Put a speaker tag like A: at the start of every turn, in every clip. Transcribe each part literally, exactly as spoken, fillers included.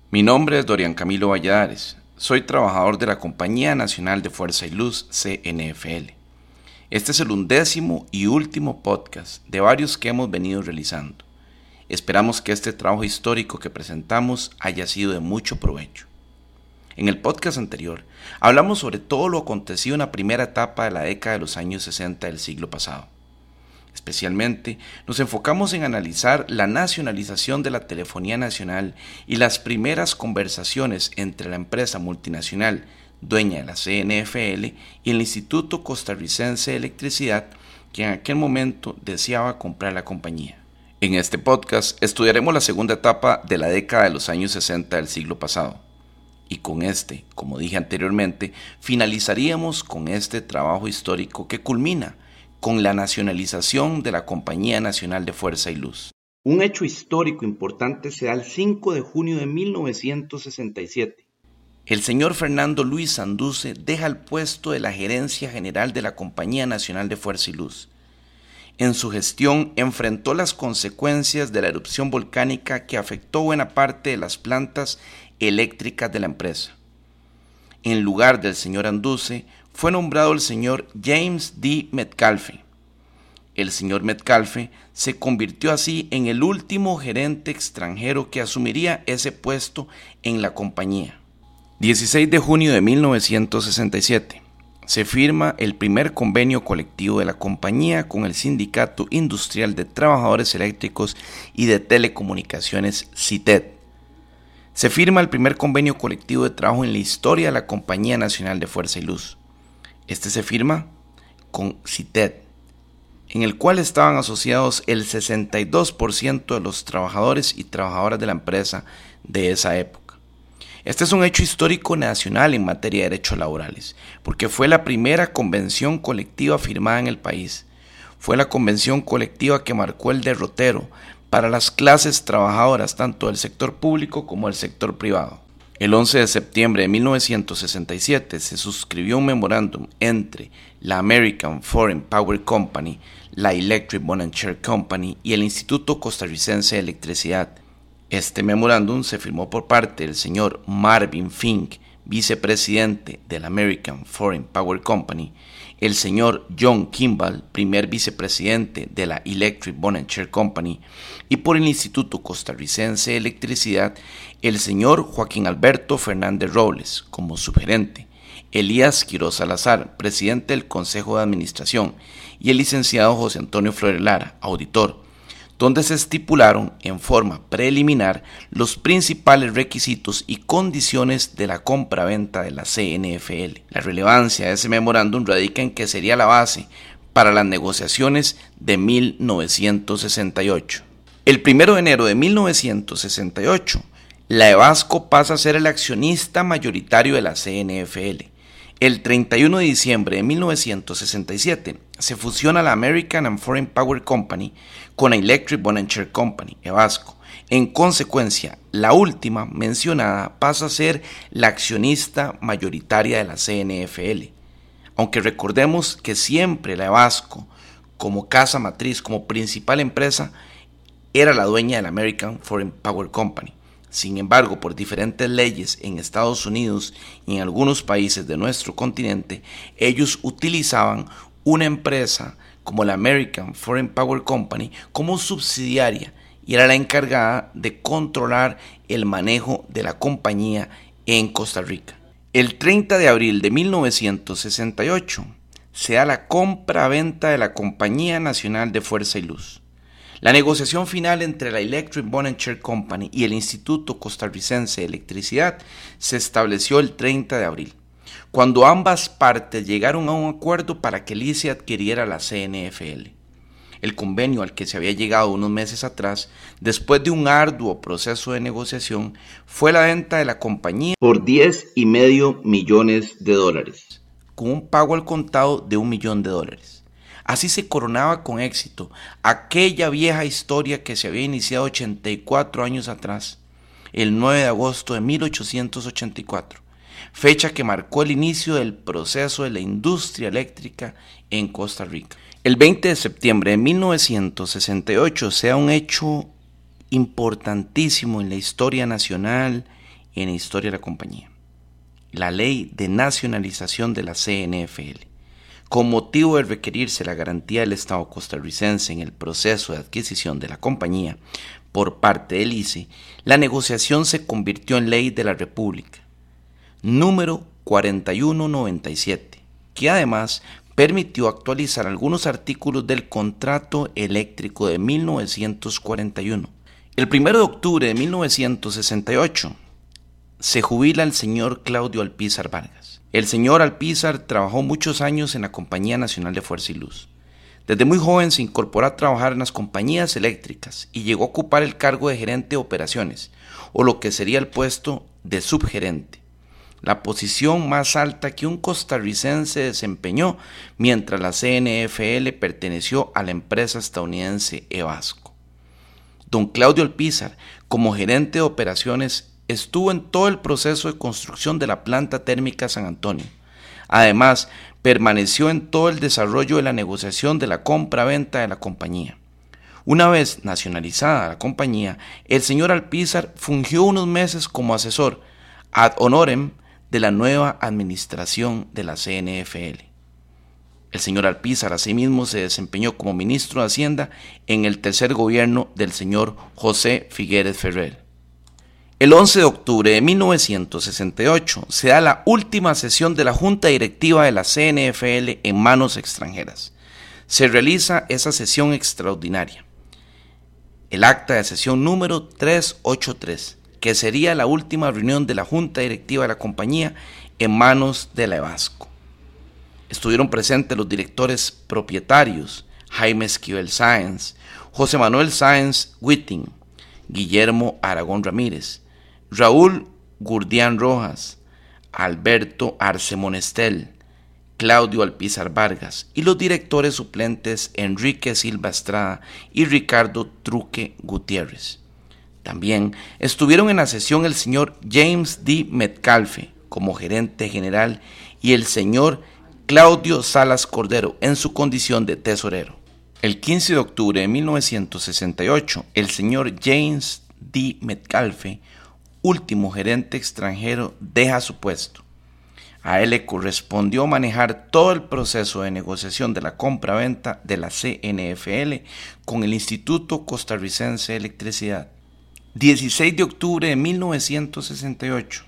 A: Mi nombre es Dorian Camilo Valladares, soy trabajador de la Compañía Nacional de Fuerza y Luz, C N F L. Este es el undécimo y último podcast de varios que hemos venido realizando. Esperamos que este trabajo histórico que presentamos haya sido de mucho provecho. En el podcast anterior, hablamos sobre todo lo acontecido en la primera etapa de la década de los años sesenta del siglo pasado. Especialmente, nos enfocamos en analizar la nacionalización de la telefonía nacional y las primeras conversaciones entre la empresa multinacional dueña de la C N F L y el Instituto Costarricense de Electricidad, que en aquel momento deseaba comprar la compañía. En este podcast estudiaremos la segunda etapa de la década de los años sesenta del siglo pasado. Y con este, como dije anteriormente, finalizaríamos con este trabajo histórico que culmina con la nacionalización de la Compañía Nacional de Fuerza y Luz. Un hecho histórico importante se da el cinco de junio de mil novecientos sesenta y siete. El señor Fernando Luis Sanduce deja el puesto de la gerencia general de la Compañía Nacional de Fuerza y Luz. En su gestión enfrentó las consecuencias de la erupción volcánica que afectó buena parte de las plantas eléctricas de la empresa. En lugar del señor Anduce, fue nombrado el señor James D. Metcalfe. El señor Metcalfe se convirtió así en el último gerente extranjero que asumiría ese puesto en la compañía. dieciséis de junio de mil novecientos sesenta y siete. Se firma el primer convenio colectivo de la compañía con el Sindicato Industrial de Trabajadores Eléctricos y de Telecomunicaciones, C I T E D. Se firma el primer convenio colectivo de trabajo en la historia de la Compañía Nacional de Fuerza y Luz. Este se firma con C I T E D, en el cual estaban asociados el sesenta y dos por ciento de los trabajadores y trabajadoras de la empresa de esa época. Este es un hecho histórico nacional en materia de derechos laborales, porque fue la primera convención colectiva firmada en el país. Fue la convención colectiva que marcó el derrotero para las clases trabajadoras tanto del sector público como del sector privado. El once de septiembre de mil novecientos sesenta y siete se suscribió un memorándum entre la American Foreign Power Company, la Electric Bond and Share Company y el Instituto Costarricense de Electricidad. Este memorándum se firmó por parte del señor Marvin Fink, vicepresidente de la American Foreign Power Company, el señor John Kimball, primer vicepresidente de la Electric Bond and Share Company, y por el Instituto Costarricense de Electricidad, el señor Joaquín Alberto Fernández Robles, como subgerente, Elías Quiroz Salazar, presidente del Consejo de Administración, y el licenciado José Antonio Flores Lara, auditor, donde se estipularon en forma preliminar los principales requisitos y condiciones de la compra-venta de la C N F L. La relevancia de ese memorándum radica en que sería la base para las negociaciones de mil novecientos sesenta y ocho. El primero de enero de mil novecientos sesenta y ocho, la Ebasco pasa a ser el accionista mayoritario de la C N F L. El treinta y uno de diciembre de mil novecientos sesenta y siete se fusiona la American and Foreign Power Company con la Electric Bond and Share Company, Ebasco. En consecuencia, la última mencionada pasa a ser la accionista mayoritaria de la C N F L. Aunque recordemos que siempre la Ebasco, como casa matriz, como principal empresa, era la dueña de la American Foreign Power Company. Sin embargo, por diferentes leyes en Estados Unidos y en algunos países de nuestro continente, ellos utilizaban una empresa como la American Foreign Power Company como subsidiaria y era la encargada de controlar el manejo de la compañía en Costa Rica. El treinta de abril de mil novecientos sesenta y ocho se da la compra-venta de la Compañía Nacional de Fuerza y Luz. La negociación final entre la Electric Bond and Share Company y el Instituto Costarricense de Electricidad se estableció el treinta de abril, cuando ambas partes llegaron a un acuerdo para que el I C E adquiriera la C N F L. El convenio al que se había llegado unos meses atrás, después de un arduo proceso de negociación, fue la venta de la compañía por diez y medio millones de dólares, con un pago al contado de un millón de dólares. Así se coronaba con éxito aquella vieja historia que se había iniciado ochenta y cuatro años atrás, el nueve de agosto de mil ochocientos ochenta y cuatro, fecha que marcó el inicio del proceso de la industria eléctrica en Costa Rica. El veinte de septiembre de mil novecientos sesenta y ocho se da un hecho importantísimo en la historia nacional en la historia de la compañía: la ley de nacionalización de la C N F L. Con motivo de requerirse la garantía del Estado costarricense en el proceso de adquisición de la compañía por parte del I C E, la negociación se convirtió en ley de la República número cuarenta y uno noventa y siete, que además permitió actualizar algunos artículos del contrato eléctrico de mil novecientos cuarenta y uno. El primero de octubre de mil novecientos sesenta y ocho se jubila el señor Claudio Alpizar Vargas. El señor Alpizar trabajó muchos años en la Compañía Nacional de Fuerza y Luz. Desde muy joven se incorporó a trabajar en las compañías eléctricas y llegó a ocupar el cargo de gerente de operaciones, o lo que sería el puesto de subgerente, la posición más alta que un costarricense desempeñó mientras la C N F L perteneció a la empresa estadounidense Ebasco. Don Claudio Alpizar, como gerente de operaciones, estuvo en todo el proceso de construcción de la planta térmica San Antonio. Además, permaneció en todo el desarrollo de la negociación de la compra-venta de la compañía. Una vez nacionalizada la compañía, el señor Alpizar fungió unos meses como asesor ad honorem de la nueva administración de la C N F L. El señor Alpizar asimismo se desempeñó como ministro de Hacienda en el tercer gobierno del señor José Figueres Ferrer. El once de octubre de mil novecientos sesenta y ocho se da la última sesión de la Junta Directiva de la C N F L en manos extranjeras. Se realiza esa sesión extraordinaria, el acta de sesión número trescientos ochenta y tres, que sería la última reunión de la Junta Directiva de la compañía en manos de la Ebasco. Estuvieron presentes los directores propietarios Jaime Esquivel Sáenz, José Manuel Sáenz Whiting, Guillermo Aragón Ramírez, Raúl Gurdián Rojas, Alberto Arce Monestel, Claudio Alpizar Vargas y los directores suplentes Enrique Silva Estrada y Ricardo Truque Gutiérrez. También estuvieron en la sesión el señor James D. Metcalfe como gerente general y el señor Claudio Salas Cordero en su condición de tesorero. El quince de octubre de mil novecientos sesenta y ocho, el señor James D. Metcalfe, último gerente extranjero, deja su puesto. A él le correspondió manejar todo el proceso de negociación de la compra-venta de la C N F L con el Instituto Costarricense de Electricidad. dieciséis de octubre de mil novecientos sesenta y ocho.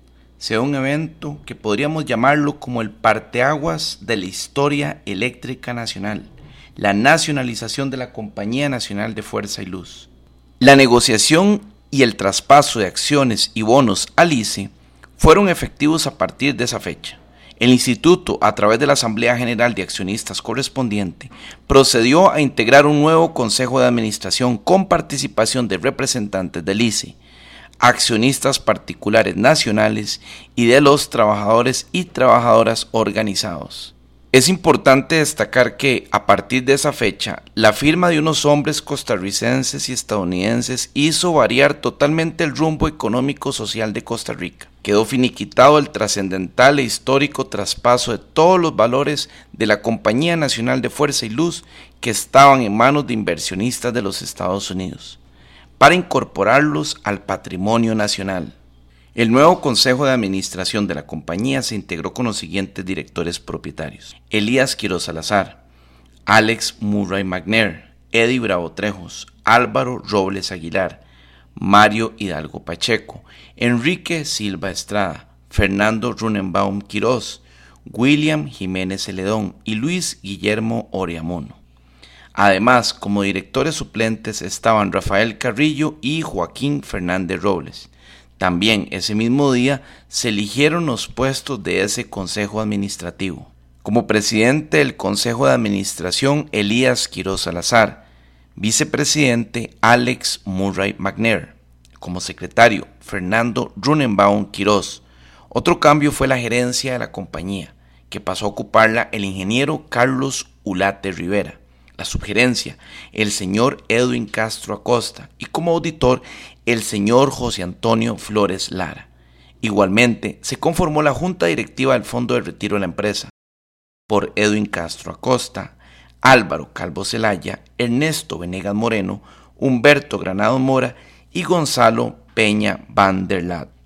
A: Se da un evento que podríamos llamarlo como el parteaguas de la historia eléctrica nacional: la nacionalización de la Compañía Nacional de Fuerza y Luz. La negociación y el traspaso de acciones y bonos al I C E fueron efectivos a partir de esa fecha. El instituto, a través de la Asamblea General de Accionistas correspondiente, procedió a integrar un nuevo Consejo de Administración con participación de representantes del I C E, accionistas particulares nacionales y de los trabajadores y trabajadoras organizados. Es importante destacar que, a partir de esa fecha, la firma de unos hombres costarricenses y estadounidenses hizo variar totalmente el rumbo económico-social de Costa Rica. Quedó finiquitado el trascendental e histórico traspaso de todos los valores de la Compañía Nacional de Fuerza y Luz que estaban en manos de inversionistas de los Estados Unidos, para incorporarlos al patrimonio nacional. El nuevo Consejo de Administración de la compañía se integró con los siguientes directores propietarios: Elías Quiroz Salazar, Alex Murray McNair, Eddie Bravo Trejos, Álvaro Robles Aguilar, Mario Hidalgo Pacheco, Enrique Silva Estrada, Fernando Runenbaum Quiroz, William Jiménez Celedón y Luis Guillermo Oriamono. Además, como directores suplentes estaban Rafael Carrillo y Joaquín Fernández Robles. También ese mismo día se eligieron los puestos de ese Consejo Administrativo. Como presidente del Consejo de Administración, Elías Quiroz Salazar; vicepresidente, Alex Murray McNair; como secretario, Fernando Runenbaum Quiroz. Otro cambio fue la gerencia de la compañía, que pasó a ocuparla el ingeniero Carlos Ulate Rivera; la subgerencia, el señor Edwin Castro Acosta; y como auditor, el señor José Antonio Flores Lara. Igualmente, se conformó la junta directiva del Fondo de Retiro de la empresa, por Edwin Castro Acosta, Álvaro Calvo Zelaya, Ernesto Venegas Moreno, Humberto Granados Mora y Gonzalo Peña Van der Lat.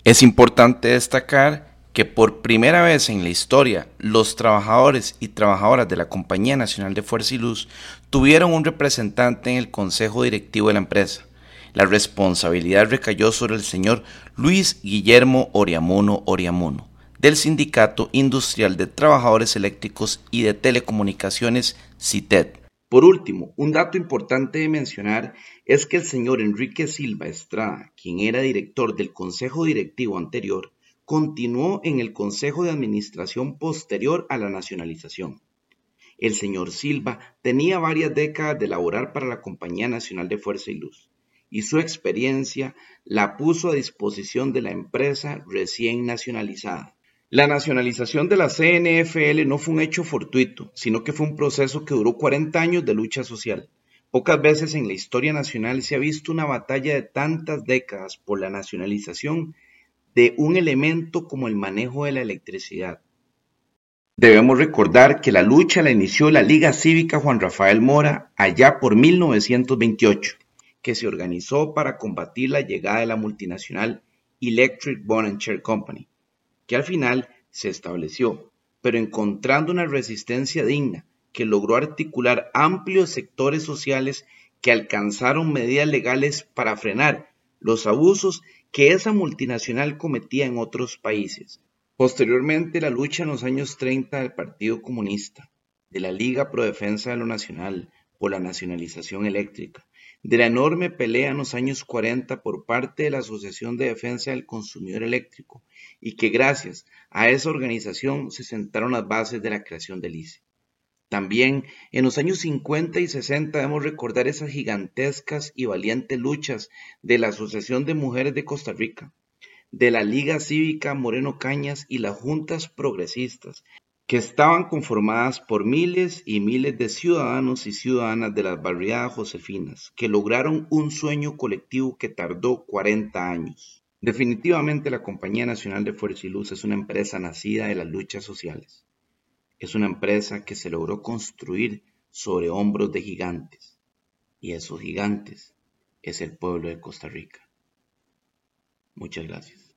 A: Es importante destacar que por primera vez en la historia, los trabajadores y trabajadoras de la Compañía Nacional de Fuerza y Luz tuvieron un representante en el consejo directivo de la empresa. La responsabilidad recayó sobre el señor Luis Guillermo Oriamuno Oriamuno, del Sindicato Industrial de Trabajadores Eléctricos y de Telecomunicaciones, SITED. Por último, un dato importante de mencionar es que el señor Enrique Silva Estrada, quien era director del consejo directivo anterior, continuó en el consejo de administración posterior a la nacionalización. El señor Silva tenía varias décadas de laborar para la Compañía Nacional de Fuerza y Luz, y su experiencia la puso a disposición de la empresa recién nacionalizada. La nacionalización de la C N F L no fue un hecho fortuito, sino que fue un proceso que duró cuarenta años de lucha social. Pocas veces en la historia nacional se ha visto una batalla de tantas décadas por la nacionalización de un elemento como el manejo de la electricidad. Debemos recordar que la lucha la inició la Liga Cívica Juan Rafael Mora allá por mil novecientos veintiocho, que se organizó para combatir la llegada de la multinacional Electric Board and Share Company, que al final se estableció, pero encontrando una resistencia digna que logró articular amplios sectores sociales que alcanzaron medidas legales para frenar los abusos que esa multinacional cometía en otros países. Posteriormente, la lucha en los años treinta del Partido Comunista, de la Liga Pro Defensa de lo Nacional por la nacionalización eléctrica, de la enorme pelea en los años cuarenta por parte de la Asociación de Defensa del Consumidor Eléctrico, y que gracias a esa organización se sentaron las bases de la creación del I C E. También en los años cincuenta y sesenta debemos recordar esas gigantescas y valientes luchas de la Asociación de Mujeres de Costa Rica, de la Liga Cívica Moreno Cañas y las juntas progresistas, que estaban conformadas por miles y miles de ciudadanos y ciudadanas de las barriadas josefinas, que lograron un sueño colectivo que tardó cuarenta años. Definitivamente la Compañía Nacional de Fuerza y Luz es una empresa nacida de las luchas sociales. Es una empresa que se logró construir sobre hombros de gigantes, y esos gigantes es el pueblo de Costa Rica. Muchas gracias.